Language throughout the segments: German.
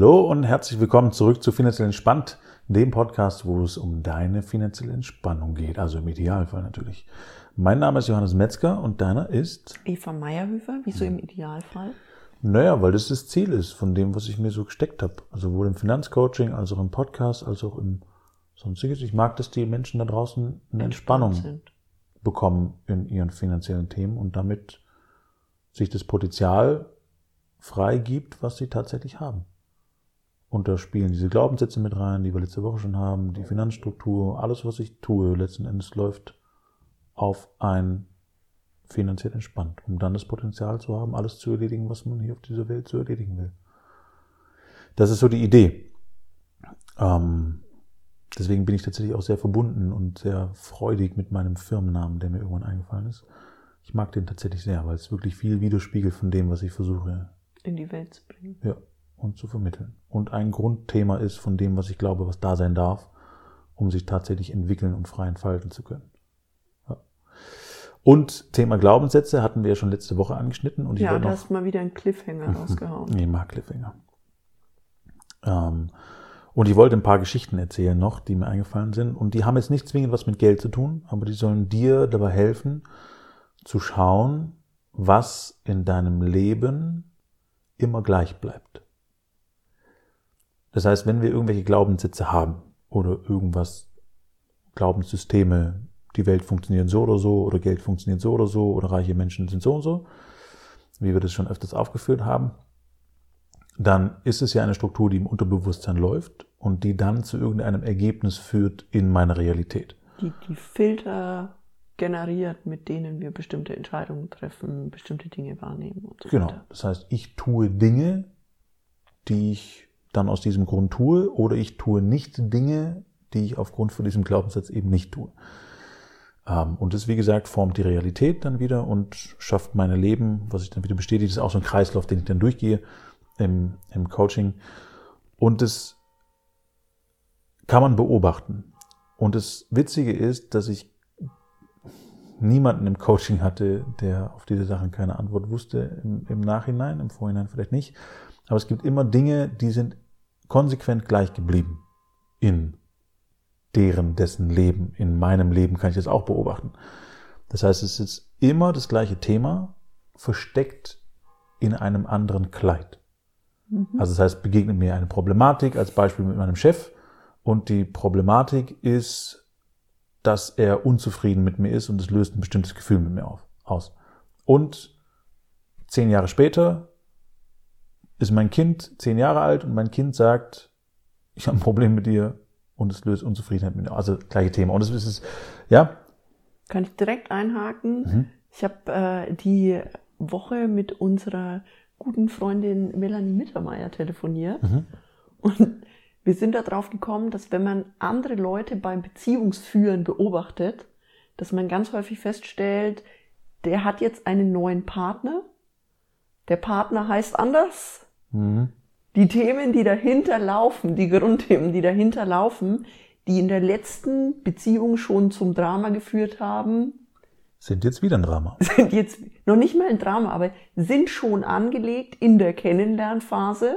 Hallo und herzlich willkommen zurück zu Finanziell Entspannt, dem Podcast, wo es um deine finanzielle Entspannung geht, also im Idealfall natürlich. Mein Name ist Johannes Metzger und deiner ist? Eva Meyerhöfer. Wieso im Idealfall? Naja, weil das Ziel ist von dem, was ich mir so gesteckt habe. Also sowohl im Finanzcoaching, als auch im Podcast, als auch im Sonstiges. Ich mag, dass die Menschen da draußen eine Entspannung bekommen in ihren finanziellen Themen und damit sich das Potenzial freigibt, was sie tatsächlich haben. Und da spielen diese Glaubenssätze mit rein, die wir letzte Woche schon haben, die Finanzstruktur, alles, was ich tue, letzten Endes läuft auf ein finanziell entspannt, um dann das Potenzial zu haben, alles zu erledigen, was man hier auf dieser Welt zu erledigen will. Das ist so die Idee. Deswegen bin ich tatsächlich auch sehr verbunden und sehr freudig mit meinem Firmennamen, der mir irgendwann eingefallen ist. Ich mag den tatsächlich sehr, weil es wirklich viel widerspiegelt von dem, was ich versuche in die Welt zu bringen. Ja, und zu vermitteln. Und ein Grundthema ist von dem, was ich glaube, was da sein darf, um sich tatsächlich entwickeln und frei entfalten zu können. Ja. Und Thema Glaubenssätze hatten wir ja schon letzte Woche angeschnitten. Und ja, du hast mal wieder einen Cliffhanger rausgehauen. Ich mag Cliffhanger. Und ich wollte ein paar Geschichten erzählen noch, die mir eingefallen sind. Und die haben jetzt nicht zwingend was mit Geld zu tun, aber die sollen dir dabei helfen, zu schauen, was in deinem Leben immer gleich bleibt. Das heißt, wenn wir irgendwelche Glaubenssätze haben oder irgendwas, Glaubenssysteme, die Welt funktioniert so oder Geld funktioniert so oder reiche Menschen sind so und so, wie wir das schon öfters aufgeführt haben, dann ist es ja eine Struktur, die im Unterbewusstsein läuft und die dann zu irgendeinem Ergebnis führt in meiner Realität. Die Filter generiert, mit denen wir bestimmte Entscheidungen treffen, bestimmte Dinge wahrnehmen und so weiter. Genau, das heißt, ich tue Dinge, die ich dann aus diesem Grund tue, oder ich tue nicht Dinge, die ich aufgrund von diesem Glaubenssatz eben nicht tue. Und das, wie gesagt, formt die Realität dann wieder und schafft mein Leben, was ich dann wieder bestätige. Das ist auch so ein Kreislauf, den ich dann durchgehe im Coaching. Und das kann man beobachten. Und das Witzige ist, dass ich niemanden im Coaching hatte, der auf diese Sachen keine Antwort wusste im Nachhinein, im Vorhinein vielleicht nicht. Aber es gibt immer Dinge, die sind konsequent gleich geblieben in dessen Leben. In meinem Leben kann ich das auch beobachten. Das heißt, es ist immer das gleiche Thema, versteckt in einem anderen Kleid. Also das heißt, begegnet mir eine Problematik, als Beispiel mit meinem Chef, und die Problematik ist, dass er unzufrieden mit mir ist und es löst ein bestimmtes Gefühl mit mir aus. Und 10 Jahre später ist mein Kind 10 Jahre alt und mein Kind sagt, ich habe ein Problem mit dir und es löst Unzufriedenheit mit mir. Also gleiche Thema. Und es ist, ja. Kann ich direkt einhaken? Ich habe die Woche mit unserer guten Freundin Melanie Mittermeier telefoniert und wir sind darauf gekommen, dass wenn man andere Leute beim Beziehungsführen beobachtet, dass man ganz häufig feststellt, der hat jetzt einen neuen Partner, der Partner heißt anders. Die Themen, die dahinter laufen, die Grundthemen, die dahinter laufen, die in der letzten Beziehung schon zum Drama geführt haben, sind jetzt wieder ein Drama. Sind jetzt noch nicht mal ein Drama, aber sind schon angelegt in der Kennenlernphase.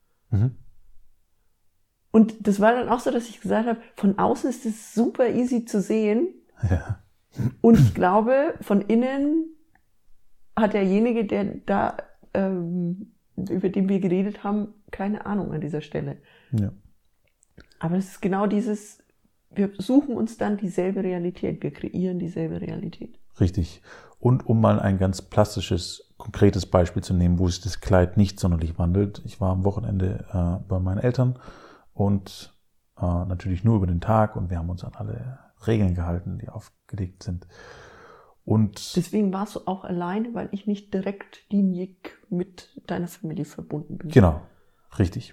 Und das war dann auch so, dass ich gesagt habe, von außen ist es super easy zu sehen. Ja. Und ich glaube, von innen hat derjenige, der da, über den wir geredet haben, keine Ahnung an dieser Stelle. Ja. Aber es ist genau dieses, wir suchen uns dann dieselbe Realität, wir kreieren dieselbe Realität. Richtig. Und um mal ein ganz plastisches, konkretes Beispiel zu nehmen, wo sich das Kleid nicht sonderlich wandelt. Ich war am Wochenende bei meinen Eltern und natürlich nur über den Tag und wir haben uns an alle Regeln gehalten, die aufgelegt sind. Und deswegen warst du auch alleine, weil ich nicht direkt linierig mit deiner Familie verbunden bin. Genau, richtig.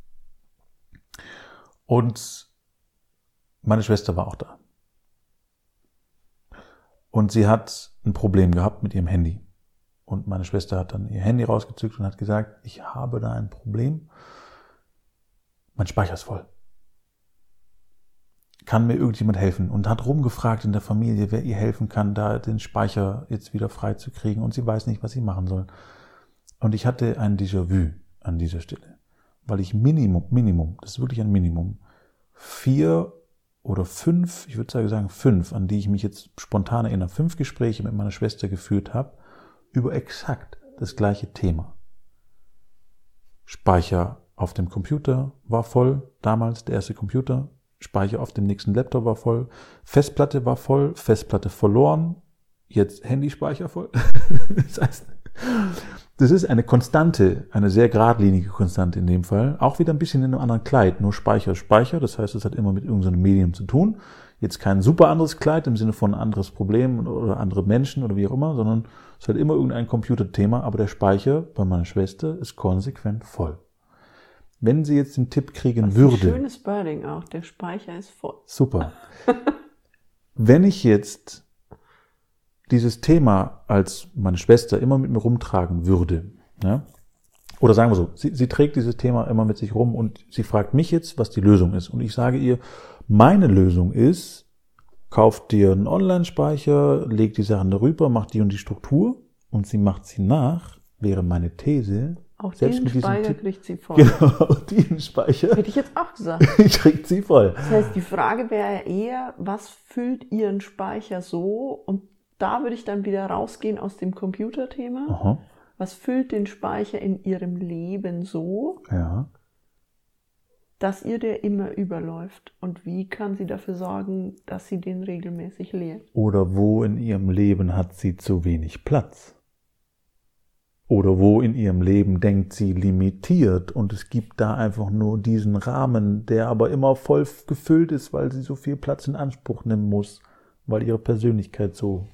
Und meine Schwester war auch da. Und sie hat ein Problem gehabt mit ihrem Handy. Und meine Schwester hat dann ihr Handy rausgezückt und hat gesagt, ich habe da ein Problem. Mein Speicher ist voll. Kann mir irgendjemand helfen? Und hat rumgefragt in der Familie, wer ihr helfen kann, da den Speicher jetzt wieder frei zu kriegen. Und sie weiß nicht, was sie machen soll. Und ich hatte ein Déjà-vu an dieser Stelle. weil ich Minimum, das ist wirklich ein Minimum, 4 oder 5, ich würde sagen 5, an die ich mich jetzt spontan erinnere, 5 Gespräche mit meiner Schwester geführt habe, über exakt das gleiche Thema. Speicher auf dem Computer war voll, damals der erste Computer, Speicher auf dem nächsten Laptop war voll, Festplatte war voll, Festplatte verloren, jetzt Handyspeicher voll. Das heißt, das ist eine Konstante, eine sehr geradlinige Konstante in dem Fall. Auch wieder ein bisschen in einem anderen Kleid, nur Speicher. Das heißt, es hat immer mit irgendeinem Medium zu tun. Jetzt kein super anderes Kleid im Sinne von anderes Problem oder andere Menschen oder wie auch immer, sondern es hat immer irgendein Computerthema, aber der Speicher bei meiner Schwester ist konsequent voll. Wenn sie jetzt den Tipp kriegen würde... Schönes Wording auch, der Speicher ist voll. Super. Wenn ich jetzt dieses Thema als meine Schwester immer mit mir rumtragen würde, ja, oder sagen wir so, sie trägt dieses Thema immer mit sich rum und sie fragt mich jetzt, was die Lösung ist. Und ich sage ihr, meine Lösung ist, kauf dir einen Online-Speicher, leg die Sachen darüber, mach die und die Struktur und sie macht sie nach, wäre meine These. Auch selbst den mit Speicher kriegt sie voll. Genau, den Speicher. Hätte ich jetzt auch gesagt. Kriegt sie voll. Das heißt, die Frage wäre eher, was füllt ihren Speicher so? Und da würde ich dann wieder rausgehen aus dem Computerthema. Aha. Was füllt den Speicher in ihrem Leben so, Ja. dass ihr der immer überläuft? Und wie kann sie dafür sorgen, dass sie den regelmäßig leert? Oder wo in ihrem Leben hat sie zu wenig Platz? Oder wo in ihrem Leben denkt sie limitiert und es gibt da einfach nur diesen Rahmen, der aber immer voll gefüllt ist, weil sie so viel Platz in Anspruch nehmen muss, weil ihre Persönlichkeit so...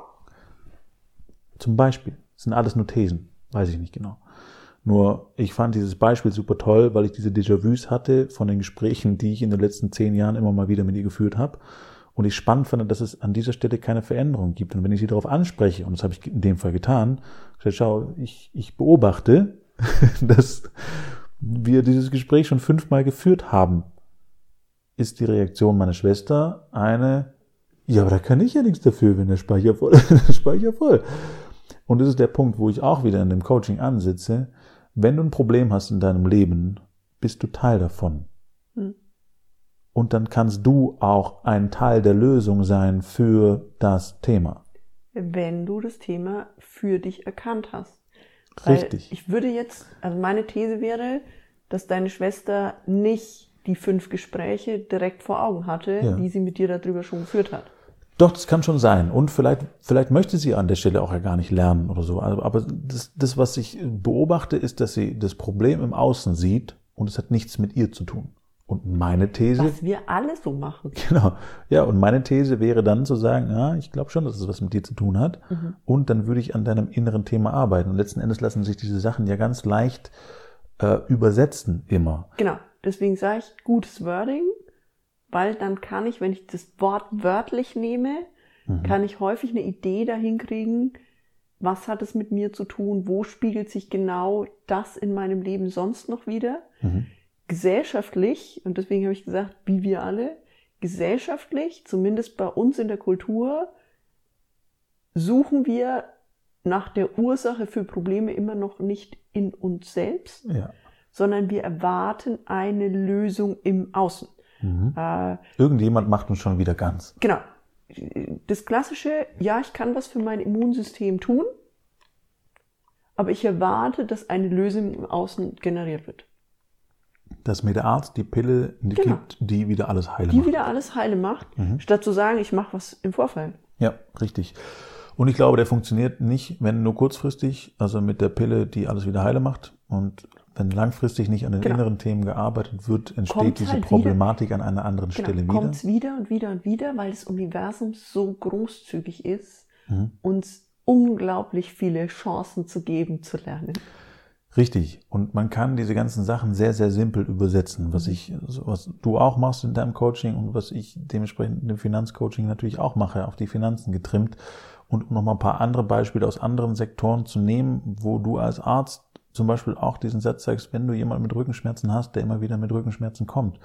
Zum Beispiel, das sind alles nur Thesen, weiß ich nicht genau. Nur ich fand dieses Beispiel super toll, weil ich diese Déjà-vus hatte von den Gesprächen, die ich in den letzten 10 Jahren immer mal wieder mit ihr geführt habe. Und ich spannend fand, dass es an dieser Stelle keine Veränderung gibt. Und wenn ich sie darauf anspreche, und das habe ich in dem Fall getan, gesagt, schau, ich beobachte, dass wir dieses Gespräch schon 5-mal geführt haben, ist die Reaktion meiner Schwester eine, ja, aber da kann ich ja nichts dafür, wenn der Speicher voll ist. Speicher voll. Und das ist der Punkt, wo ich auch wieder in dem Coaching ansitze. Wenn du ein Problem hast in deinem Leben, bist du Teil davon. Und dann kannst du auch ein Teil der Lösung sein für das Thema. Wenn du das Thema für dich erkannt hast. Richtig. Weil ich würde jetzt, also meine These wäre, dass deine Schwester nicht die 5 Gespräche direkt vor Augen hatte, Ja. die sie mit dir darüber schon geführt hat. Doch, das kann schon sein. Und vielleicht möchte sie an der Stelle auch ja gar nicht lernen oder so. Aber das, was ich beobachte, ist, dass sie das Problem im Außen sieht und es hat nichts mit ihr zu tun. Und meine These... Was wir alle so machen. Genau. Ja, und meine These wäre dann zu sagen, ja, ich glaube schon, dass es was mit dir zu tun hat. Und dann würde ich an deinem inneren Thema arbeiten. Und letzten Endes lassen sich diese Sachen ja ganz leicht übersetzen immer. Genau. Deswegen sage ich gutes Wording, weil dann kann ich, wenn ich das Wort wörtlich nehme, kann ich häufig eine Idee dahin kriegen, was hat es mit mir zu tun, wo spiegelt sich genau das in meinem Leben sonst noch wieder. Gesellschaftlich, und deswegen habe ich gesagt, wie wir alle, gesellschaftlich, zumindest bei uns in der Kultur, suchen wir nach der Ursache für Probleme immer noch nicht in uns selbst, Ja. sondern wir erwarten eine Lösung im Außen. Irgendjemand macht uns schon wieder ganz. Genau. Das klassische, ja, ich kann was für mein Immunsystem tun, aber ich erwarte, dass eine Lösung im Außen generiert wird. Dass mir der Arzt die Pille gibt, die wieder alles heile macht. Die wieder alles heile macht, statt zu sagen, ich mache was im Vorfall. Ja, richtig. Und ich glaube, der funktioniert nicht, wenn nur kurzfristig, also mit der Pille, die alles wieder heile macht. Und wenn langfristig nicht an den inneren Themen gearbeitet wird, entsteht Kommt's diese halt Problematik an einer anderen Stelle wieder. Kommt es wieder und wieder und wieder, weil das Universum so großzügig ist, uns unglaublich viele Chancen zu geben, zu lernen. Richtig. Und man kann diese ganzen Sachen sehr, sehr simpel übersetzen, was du auch machst in deinem Coaching und was ich dementsprechend in dem Finanzcoaching natürlich auch mache, auf die Finanzen getrimmt. Und um nochmal ein paar andere Beispiele aus anderen Sektoren zu nehmen, wo du als Arzt zum Beispiel auch diesen Satz sagst, wenn du jemanden mit Rückenschmerzen hast, der immer wieder mit Rückenschmerzen kommt,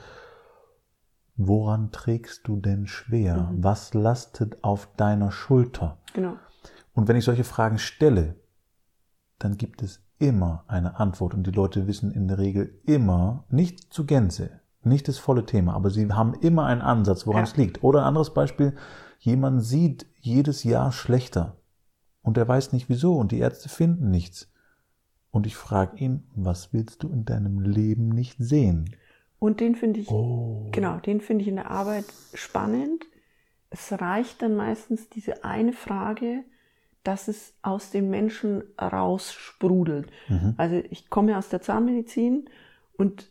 woran trägst du denn schwer? Was lastet auf deiner Schulter? Genau. Und wenn ich solche Fragen stelle, dann gibt es immer eine Antwort und die Leute wissen in der Regel immer, nicht zu Gänze, nicht das volle Thema, aber sie haben immer einen Ansatz, woran es liegt. Oder ein anderes Beispiel, jemand sieht jedes Jahr schlechter und er weiß nicht wieso und die Ärzte finden nichts. Und ich frage ihn, was willst du in deinem Leben nicht sehen? Und den finde ich, den finde ich in der Arbeit spannend. Es reicht dann meistens diese eine Frage, dass es aus dem Menschen raussprudelt. Also ich komme ja aus der Zahnmedizin und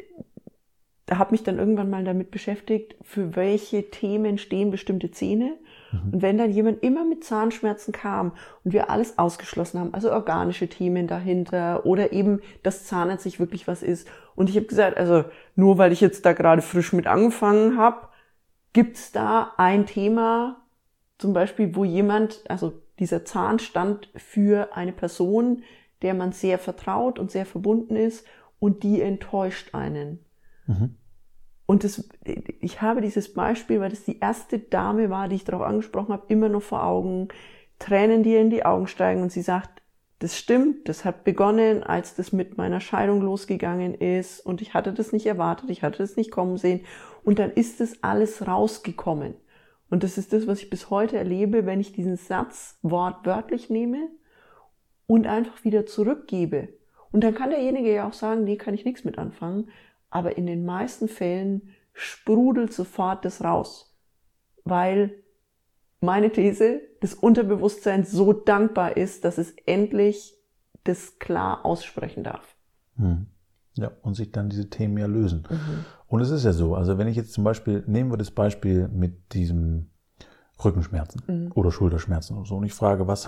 da habe mich dann irgendwann mal damit beschäftigt, für welche Themen stehen bestimmte Zähne. Und wenn dann jemand immer mit Zahnschmerzen kam und wir alles ausgeschlossen haben, also organische Themen dahinter oder eben, dass Zahnarzt nicht wirklich was ist. Und ich habe gesagt, also nur weil ich jetzt da gerade frisch mit angefangen habe, gibt's da ein Thema, zum Beispiel, wo jemand, also dieser Zahn stand für eine Person, der man sehr vertraut und sehr verbunden ist und die enttäuscht einen. Und ich habe dieses Beispiel, weil das die erste Dame war, die ich darauf angesprochen habe, immer noch vor Augen, Tränen, die ihr in die Augen steigen und sie sagt, das stimmt, das hat begonnen, als das mit meiner Scheidung losgegangen ist und ich hatte das nicht erwartet, ich hatte das nicht kommen sehen und dann ist das alles rausgekommen. Und das ist das, was ich bis heute erlebe, wenn ich diesen Satz wortwörtlich nehme und einfach wieder zurückgebe. Und dann kann derjenige ja auch sagen, nee, kann ich nichts mit anfangen. Aber in den meisten Fällen sprudelt sofort das raus, weil meine These, das Unterbewusstsein so dankbar ist, dass es endlich das klar aussprechen darf. Ja, und sich dann diese Themen ja lösen. Und es ist ja so, also wenn ich jetzt zum Beispiel, nehmen wir das Beispiel mit diesem Rückenschmerzen oder Schulterschmerzen oder so und ich frage, was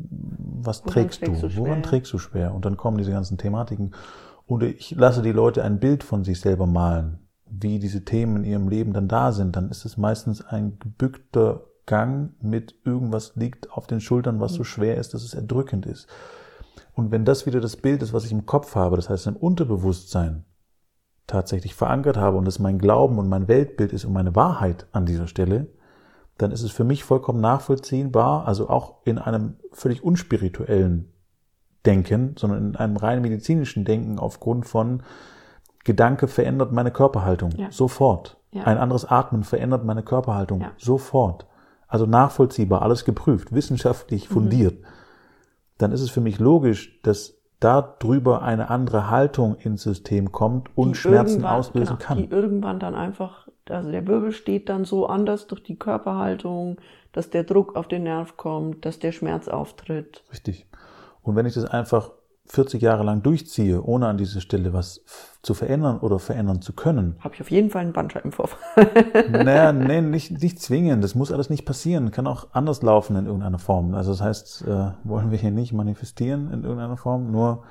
trägst du? Woran trägst du schwer? Und dann kommen diese ganzen Thematiken. Und ich lasse die Leute ein Bild von sich selber malen, wie diese Themen in ihrem Leben dann da sind. Dann ist es meistens ein gebückter Gang mit irgendwas liegt auf den Schultern, was so schwer ist, dass es erdrückend ist. Und wenn das wieder das Bild ist, was ich im Kopf habe, das heißt im Unterbewusstsein tatsächlich verankert habe und das mein Glauben und mein Weltbild ist und meine Wahrheit an dieser Stelle, dann ist es für mich vollkommen nachvollziehbar, also auch in einem völlig unspirituellen Denken, sondern in einem rein medizinischen Denken aufgrund von Gedanke verändert meine Körperhaltung sofort. Ein anderes Atmen verändert meine Körperhaltung sofort. Also nachvollziehbar, alles geprüft, wissenschaftlich fundiert. Dann ist es für mich logisch, dass da drüber eine andere Haltung ins System kommt und Schmerzen auslösen kann. Die irgendwann dann einfach, also der Wirbel steht dann so anders durch die Körperhaltung, dass der Druck auf den Nerv kommt, dass der Schmerz auftritt. Richtig. Und wenn ich das einfach 40 Jahre lang durchziehe, ohne an dieser Stelle was zu verändern oder verändern zu können. Habe ich auf jeden Fall einen Bandscheibenvorfall. Nicht zwingend. Das muss alles nicht passieren. Kann auch anders laufen in irgendeiner Form. Also das heißt, wollen wir hier nicht manifestieren in irgendeiner Form. Nur,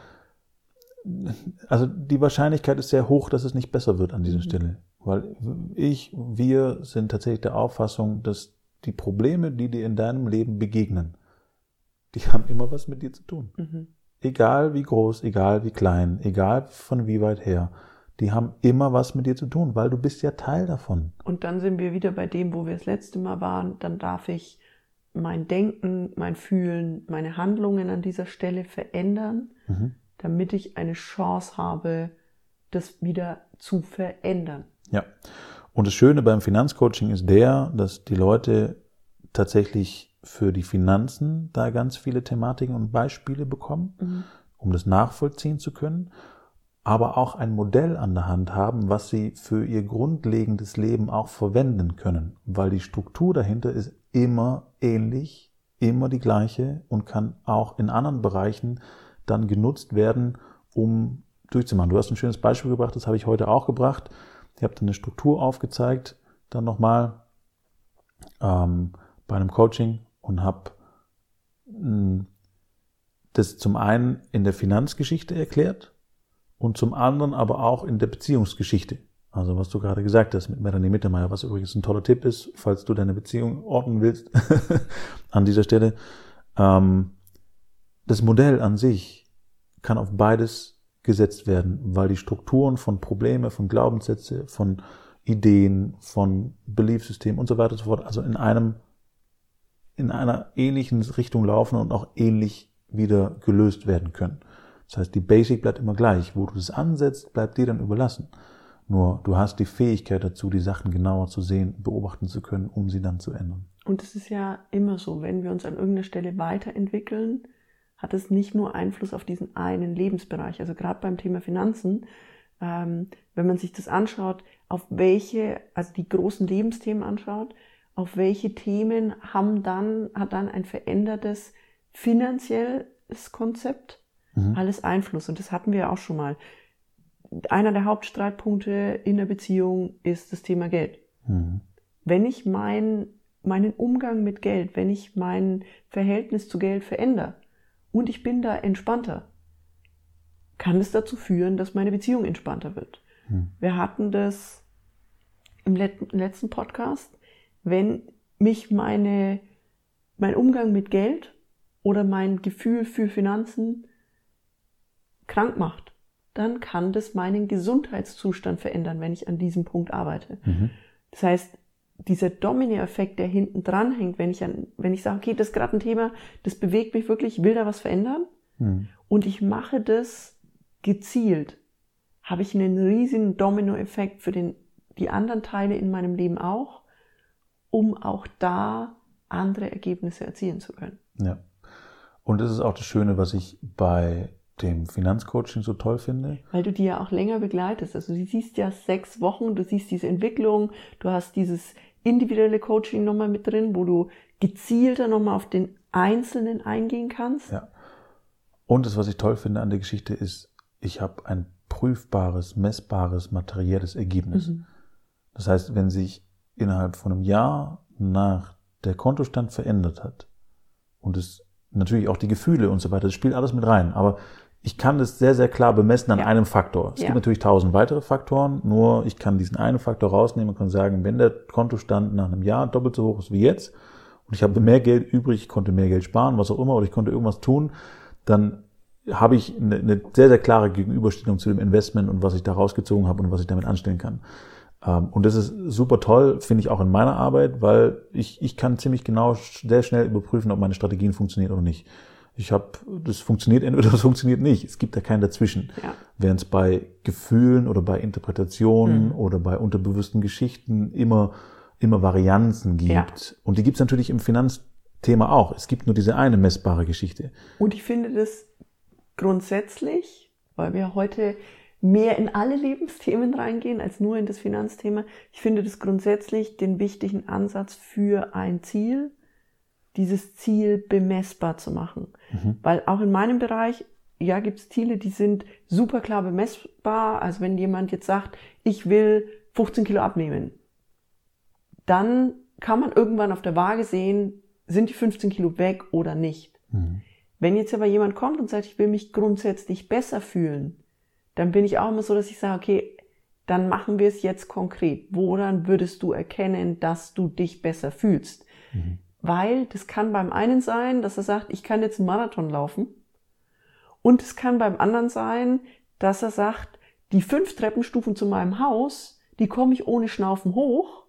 also die Wahrscheinlichkeit ist sehr hoch, dass es nicht besser wird an dieser Stelle. Weil wir sind tatsächlich der Auffassung, dass die Probleme, die dir in deinem Leben begegnen, die haben immer was mit dir zu tun. Egal wie groß, egal wie klein, egal von wie weit her, die haben immer was mit dir zu tun, weil du bist ja Teil davon. Und dann sind wir wieder bei dem, wo wir das letzte Mal waren. Dann darf ich mein Denken, mein Fühlen, meine Handlungen an dieser Stelle verändern, damit ich eine Chance habe, das wieder zu verändern. Ja. Und das Schöne beim Finanzcoaching ist dass die Leute tatsächlich für die Finanzen da ganz viele Thematiken und Beispiele bekommen, um das nachvollziehen zu können, aber auch ein Modell an der Hand haben, was sie für ihr grundlegendes Leben auch verwenden können, weil die Struktur dahinter ist immer ähnlich, immer die gleiche und kann auch in anderen Bereichen dann genutzt werden, um durchzumachen. Du hast ein schönes Beispiel gebracht, das habe ich heute auch gebracht. Ich habe dann eine Struktur aufgezeigt, dann nochmal bei einem Coaching und habe das zum einen in der Finanzgeschichte erklärt und zum anderen aber auch in der Beziehungsgeschichte. Also was du gerade gesagt hast mit Melanie Mittermeier, was übrigens ein toller Tipp ist, falls du deine Beziehung ordnen willst an dieser Stelle. Das Modell an sich kann auf beides gesetzt werden, weil die Strukturen von Probleme, von Glaubenssätze, von Ideen, von Beliefsystemen und so weiter und so fort, also in einer ähnlichen Richtung laufen und auch ähnlich wieder gelöst werden können. Das heißt, die Basic bleibt immer gleich. Wo du das ansetzt, bleibt dir dann überlassen. Nur du hast die Fähigkeit dazu, die Sachen genauer zu sehen, beobachten zu können, um sie dann zu ändern. Und es ist ja immer so, wenn wir uns an irgendeiner Stelle weiterentwickeln, hat es nicht nur Einfluss auf diesen einen Lebensbereich. Also gerade beim Thema Finanzen, wenn man sich das anschaut, also die großen Lebensthemen anschaut, auf welche Themen hat dann ein verändertes finanzielles Konzept alles Einfluss. Und das hatten wir ja auch schon mal. Einer der Hauptstreitpunkte in der Beziehung ist das Thema Geld. Wenn ich meinen Umgang mit Geld, wenn ich mein Verhältnis zu Geld verändere und ich bin da entspannter, kann es dazu führen, dass meine Beziehung entspannter wird. Wir hatten das im letzten Podcast. Wenn mich mein Umgang mit Geld oder mein Gefühl für Finanzen krank macht, dann kann das meinen Gesundheitszustand verändern, wenn ich an diesem Punkt arbeite. Das heißt, dieser Domino-Effekt, der hinten dran hängt, wenn ich sage, okay, das ist gerade ein Thema, das bewegt mich wirklich, ich will da was verändern und ich mache das gezielt, habe ich einen riesigen Domino-Effekt für die anderen Teile in meinem Leben auch, um auch da andere Ergebnisse erzielen zu können. Ja. Und das ist auch das Schöne, was ich bei dem Finanzcoaching so toll finde. Weil du die ja auch länger begleitest. Also du siehst ja 6 Wochen, du siehst diese Entwicklung, du hast dieses individuelle Coaching nochmal mit drin, wo du gezielter nochmal auf den Einzelnen eingehen kannst. Ja. Und das, was ich toll finde an der Geschichte ist, ich habe ein prüfbares, messbares, materielles Ergebnis. Das heißt, wenn sich innerhalb von einem Jahr nach der Kontostand verändert hat und es natürlich auch die Gefühle und so weiter, das spielt alles mit rein, aber ich kann das sehr, sehr klar bemessen an einem Faktor. Es gibt natürlich 1000 weitere Faktoren, nur ich kann diesen einen Faktor rausnehmen und kann sagen, wenn der Kontostand nach einem Jahr doppelt so hoch ist wie jetzt und ich habe mehr Geld übrig, ich konnte mehr Geld sparen, was auch immer, oder ich konnte irgendwas tun, dann habe ich eine sehr, sehr klare Gegenüberstellung zu dem Investment und was ich da rausgezogen habe und was ich damit anstellen kann. Und das ist super toll, finde ich auch in meiner Arbeit, weil ich kann ziemlich genau sehr schnell überprüfen, ob meine Strategien funktionieren oder nicht. Das funktioniert entweder, das funktioniert nicht. Es gibt da keinen dazwischen. Ja. Während es bei Gefühlen oder bei Interpretationen oder bei unterbewussten Geschichten immer Varianzen gibt. Ja. Und die gibt es natürlich im Finanzthema auch. Es gibt nur diese eine messbare Geschichte. Und ich finde das grundsätzlich, weil wir heute mehr in alle Lebensthemen reingehen als nur in das Finanzthema. Ich finde das grundsätzlich den wichtigen Ansatz für ein Ziel, dieses Ziel bemessbar zu machen. Weil auch in meinem Bereich, ja, gibt es Ziele, die sind super klar bemessbar. Also wenn jemand jetzt sagt, ich will 15 Kilo abnehmen, dann kann man irgendwann auf der Waage sehen, sind die 15 Kilo weg oder nicht. Wenn jetzt aber jemand kommt und sagt, ich will mich grundsätzlich besser fühlen, dann bin ich auch immer so, dass ich sage, okay, dann machen wir es jetzt konkret. Woran würdest du erkennen, dass du dich besser fühlst? Weil das kann beim einen sein, dass er sagt, ich kann jetzt einen Marathon laufen. Und es kann beim anderen sein, dass er sagt, die 5 Treppenstufen zu meinem Haus, die komme ich ohne Schnaufen hoch.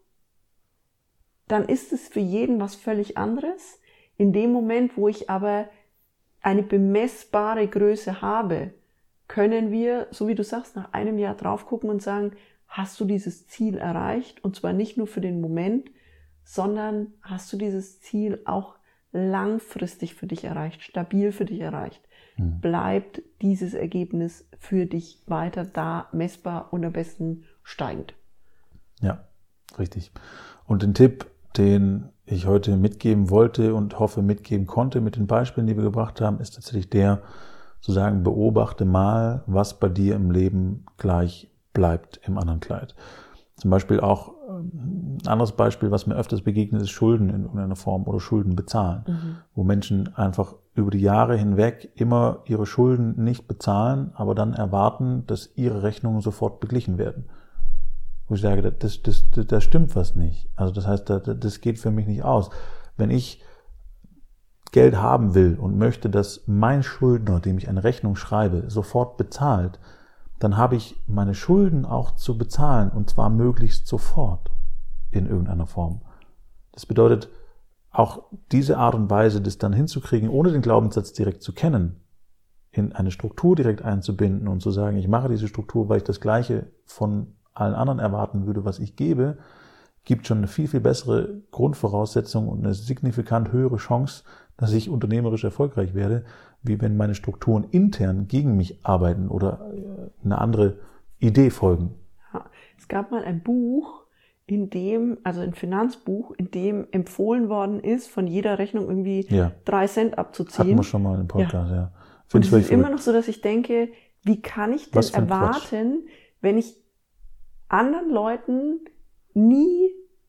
Dann ist es für jeden was völlig anderes. In dem Moment, wo ich aber eine bemessbare Größe habe, können wir, so wie du sagst, nach einem Jahr drauf gucken und sagen, hast du dieses Ziel erreicht? Und zwar nicht nur für den Moment, sondern hast du dieses Ziel auch langfristig für dich erreicht, stabil für dich erreicht? Bleibt dieses Ergebnis für dich weiter da, messbar und am besten steigend? Ja, richtig. Und den Tipp, den ich heute mitgeben wollte und hoffe mitgeben konnte mit den Beispielen, die wir gebracht haben, ist tatsächlich der, zu sagen, beobachte mal, was bei dir im Leben gleich bleibt im anderen Kleid. Zum Beispiel auch ein anderes Beispiel, was mir öfters begegnet, ist Schulden in irgendeiner Form oder Schulden bezahlen, wo Menschen einfach über die Jahre hinweg immer ihre Schulden nicht bezahlen, aber dann erwarten, dass ihre Rechnungen sofort beglichen werden. Wo ich sage, da stimmt was nicht. Also das heißt, das geht für mich nicht aus. Wenn ich Geld haben will und möchte, dass mein Schuldner, dem ich eine Rechnung schreibe, sofort bezahlt, dann habe ich meine Schulden auch zu bezahlen und zwar möglichst sofort in irgendeiner Form. Das bedeutet, auch diese Art und Weise, das dann hinzukriegen, ohne den Glaubenssatz direkt zu kennen, in eine Struktur direkt einzubinden und zu sagen, ich mache diese Struktur, weil ich das Gleiche von allen anderen erwarten würde, was ich gebe, gibt schon eine viel, viel bessere Grundvoraussetzung und eine signifikant höhere Chance, dass ich unternehmerisch erfolgreich werde, wie wenn meine Strukturen intern gegen mich arbeiten oder eine andere Idee folgen. Ja, es gab mal ein Buch, ein Finanzbuch, in dem empfohlen worden ist, von jeder Rechnung irgendwie 3 Cent abzuziehen. Hatten wir schon mal im Podcast, ja. Und es ist immer noch so, dass ich denke, wie kann ich denn erwarten, wenn ich anderen Leuten nie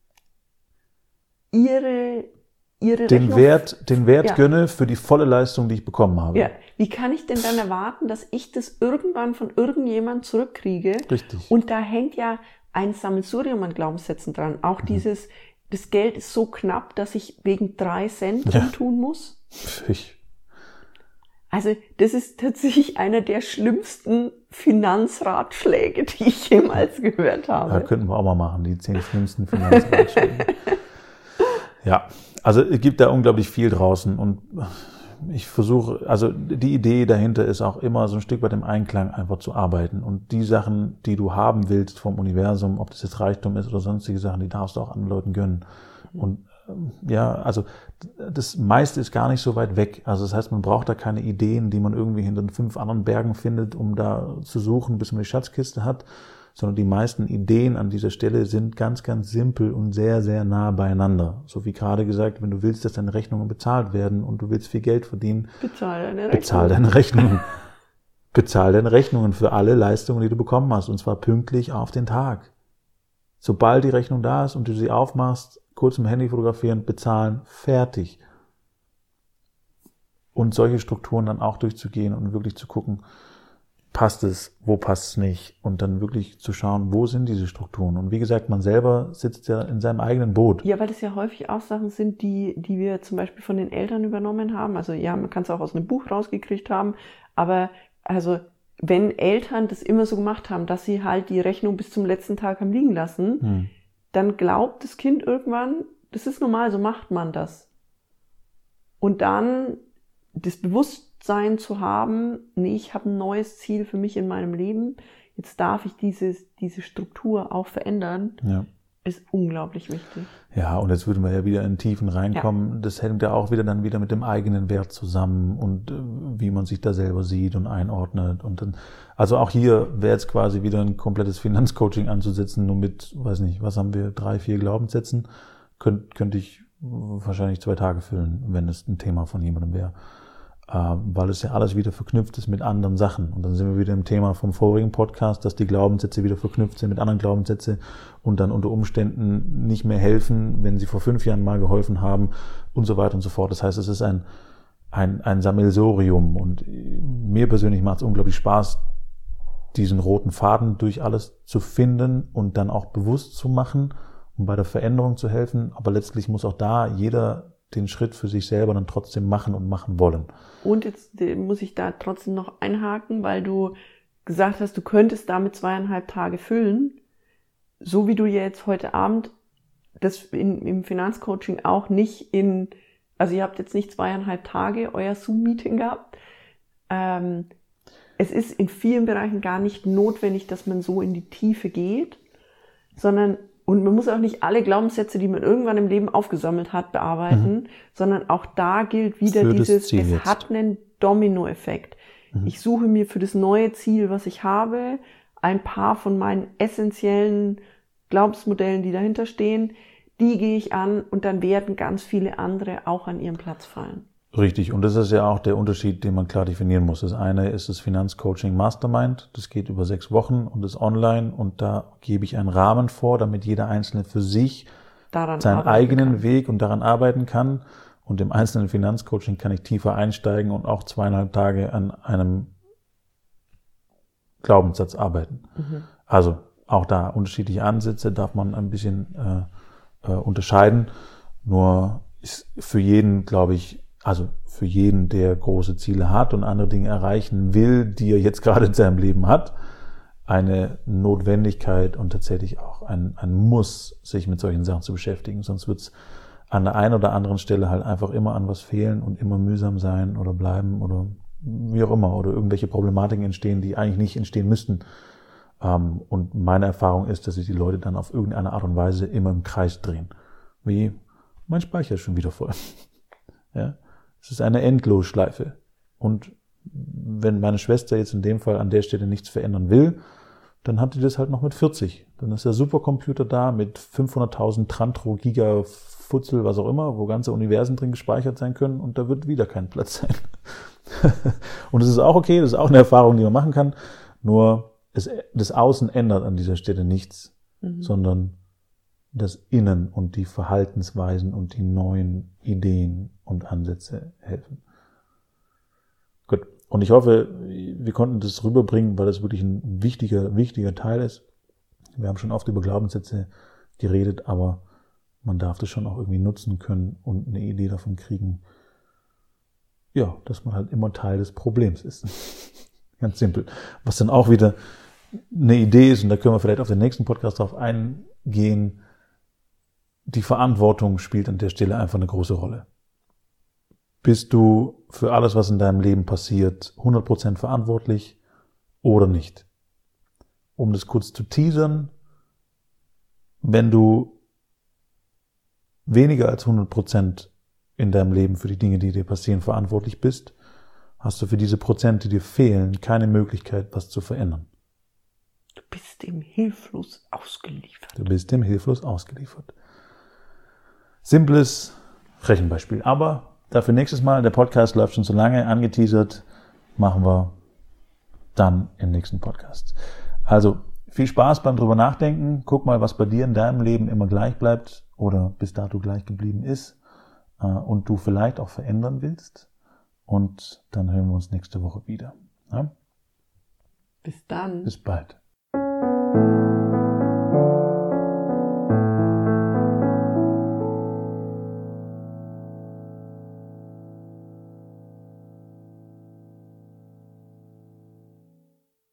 ihre den Wert gönne für die volle Leistung, die ich bekommen habe. Ja. Wie kann ich denn dann erwarten, dass ich das irgendwann von irgendjemandem zurückkriege? Richtig. Und da hängt ja ein Sammelsurium an Glaubenssätzen dran. Auch dieses, das Geld ist so knapp, dass ich wegen 3 Cent tun muss. Also das ist tatsächlich einer der schlimmsten Finanzratschläge, die ich jemals gehört habe. Ja, könnten wir auch mal machen, die 10 schlimmsten Finanzratschläge. Ja, also es gibt da unglaublich viel draußen und ich versuche, also die Idee dahinter ist auch immer so ein Stück weit im Einklang einfach zu arbeiten und die Sachen, die du haben willst vom Universum, ob das jetzt Reichtum ist oder sonstige Sachen, die darfst du auch anderen Leuten gönnen. Und ja, also das meiste ist gar nicht so weit weg. Also das heißt, man braucht da keine Ideen, die man irgendwie hinter den 5 anderen Bergen findet, um da zu suchen, bis man die Schatzkiste hat, sondern die meisten Ideen an dieser Stelle sind ganz, ganz simpel und sehr, sehr nah beieinander. So wie gerade gesagt, wenn du willst, dass deine Rechnungen bezahlt werden und du willst viel Geld verdienen, bezahl deine Rechnungen. Bezahl deine Rechnungen für alle Leistungen, die du bekommen hast, und zwar pünktlich auf den Tag. Sobald die Rechnung da ist und du sie aufmachst, kurz im Handy fotografieren, bezahlen, fertig. Und solche Strukturen dann auch durchzugehen und wirklich zu gucken, passt es, wo passt es nicht, und dann wirklich zu schauen, wo sind diese Strukturen. Und wie gesagt, man selber sitzt ja in seinem eigenen Boot. Ja, weil das ja häufig auch Sachen sind, die wir zum Beispiel von den Eltern übernommen haben. Also ja, man kann es auch aus einem Buch rausgekriegt haben, aber also wenn Eltern das immer so gemacht haben, dass sie halt die Rechnung bis zum letzten Tag haben liegen lassen, dann glaubt das Kind irgendwann, das ist normal, so macht man das. Und dann das Bewusstsein zu haben, nee, ich habe ein neues Ziel für mich in meinem Leben, jetzt darf ich diese Struktur auch verändern, ist unglaublich wichtig. Ja, und jetzt würden wir ja wieder in Tiefen reinkommen. Ja. Das hängt ja auch wieder mit dem eigenen Wert zusammen und wie man sich da selber sieht und einordnet. Und dann, also auch hier wäre jetzt quasi wieder ein komplettes Finanzcoaching anzusetzen, nur mit, weiß nicht, was haben wir, 3, 4 Glaubenssätzen, könnte ich wahrscheinlich 2 Tage füllen, wenn es ein Thema von jemandem wäre. Weil es ja alles wieder verknüpft ist mit anderen Sachen. Und dann sind wir wieder im Thema vom vorigen Podcast, dass die Glaubenssätze wieder verknüpft sind mit anderen Glaubenssätzen und dann unter Umständen nicht mehr helfen, wenn sie vor 5 Jahren mal geholfen haben und so weiter und so fort. Das heißt, es ist ein Sammelsurium, und mir persönlich macht es unglaublich Spaß, diesen roten Faden durch alles zu finden und dann auch bewusst zu machen, um bei der Veränderung zu helfen. Aber letztlich muss auch da jeder den Schritt für sich selber dann trotzdem machen und machen wollen. Und jetzt muss ich da trotzdem noch einhaken, weil du gesagt hast, du könntest damit 2,5 Tage füllen. So wie du jetzt heute Abend das im Finanzcoaching auch nicht also ihr habt jetzt nicht 2,5 Tage euer Zoom-Meeting gehabt. Es ist in vielen Bereichen gar nicht notwendig, dass man so in die Tiefe geht, und man muss auch nicht alle Glaubenssätze, die man irgendwann im Leben aufgesammelt hat, bearbeiten, sondern auch da gilt wieder es hat einen Dominoeffekt. Ich suche mir für das neue Ziel, was ich habe, ein paar von meinen essentiellen Glaubensmodellen, die dahinter stehen, die gehe ich an, und dann werden ganz viele andere auch an ihren Platz fallen. Richtig, und das ist ja auch der Unterschied, den man klar definieren muss. Das eine ist das Finanzcoaching Mastermind, das geht über 6 Wochen und ist online, und da gebe ich einen Rahmen vor, damit jeder Einzelne für sich seinen eigenen Weg und daran arbeiten kann. Und im einzelnen Finanzcoaching kann ich tiefer einsteigen und auch 2,5 Tage an einem Glaubenssatz arbeiten. Also auch da unterschiedliche Ansätze, darf man ein bisschen unterscheiden. Nur ist für jeden, glaube ich, also für jeden, der große Ziele hat und andere Dinge erreichen will, die er jetzt gerade in seinem Leben hat, eine Notwendigkeit und tatsächlich auch ein Muss, sich mit solchen Sachen zu beschäftigen. Sonst wird es an der einen oder anderen Stelle halt einfach immer an was fehlen und immer mühsam sein oder bleiben oder wie auch immer, oder irgendwelche Problematiken entstehen, die eigentlich nicht entstehen müssten. Und meine Erfahrung ist, dass sich die Leute dann auf irgendeine Art und Weise immer im Kreis drehen. Wie, mein Speicher ist schon wieder voll. Ja? Es ist eine Endlosschleife. Und wenn meine Schwester jetzt in dem Fall an der Stelle nichts verändern will, dann hat die das halt noch mit 40. Dann ist der Supercomputer da mit 500.000 Trantro, Giga, Futzel, was auch immer, wo ganze Universen drin gespeichert sein können und da wird wieder kein Platz sein. Und das ist auch okay, das ist auch eine Erfahrung, die man machen kann, nur das Außen ändert an dieser Stelle nichts, sondern das Innen und die Verhaltensweisen und die neuen Ideen und Ansätze helfen. Gut. Und ich hoffe, wir konnten das rüberbringen, weil das wirklich ein wichtiger Teil ist. Wir haben schon oft über Glaubenssätze geredet, aber man darf das schon auch irgendwie nutzen können und eine Idee davon kriegen, ja, dass man halt immer Teil des Problems ist. Ganz simpel. Was dann auch wieder eine Idee ist, und da können wir vielleicht auf den nächsten Podcast drauf eingehen, die Verantwortung spielt an der Stelle einfach eine große Rolle. Bist du für alles, was in deinem Leben passiert, 100% verantwortlich oder nicht? Um das kurz zu teasern, wenn du weniger als 100% in deinem Leben für die Dinge, die dir passieren, verantwortlich bist, hast du für diese Prozente, die dir fehlen, keine Möglichkeit, was zu verändern. Du bist dem hilflos ausgeliefert. Du bist dem hilflos ausgeliefert. Simples Rechenbeispiel. Aber dafür nächstes Mal, der Podcast läuft schon so lange, angeteasert, machen wir dann im nächsten Podcast. Also viel Spaß beim drüber nachdenken. Guck mal, was bei dir in deinem Leben immer gleich bleibt oder bis dato gleich geblieben ist und du vielleicht auch verändern willst. Und dann hören wir uns nächste Woche wieder. Ja? Bis dann. Bis bald.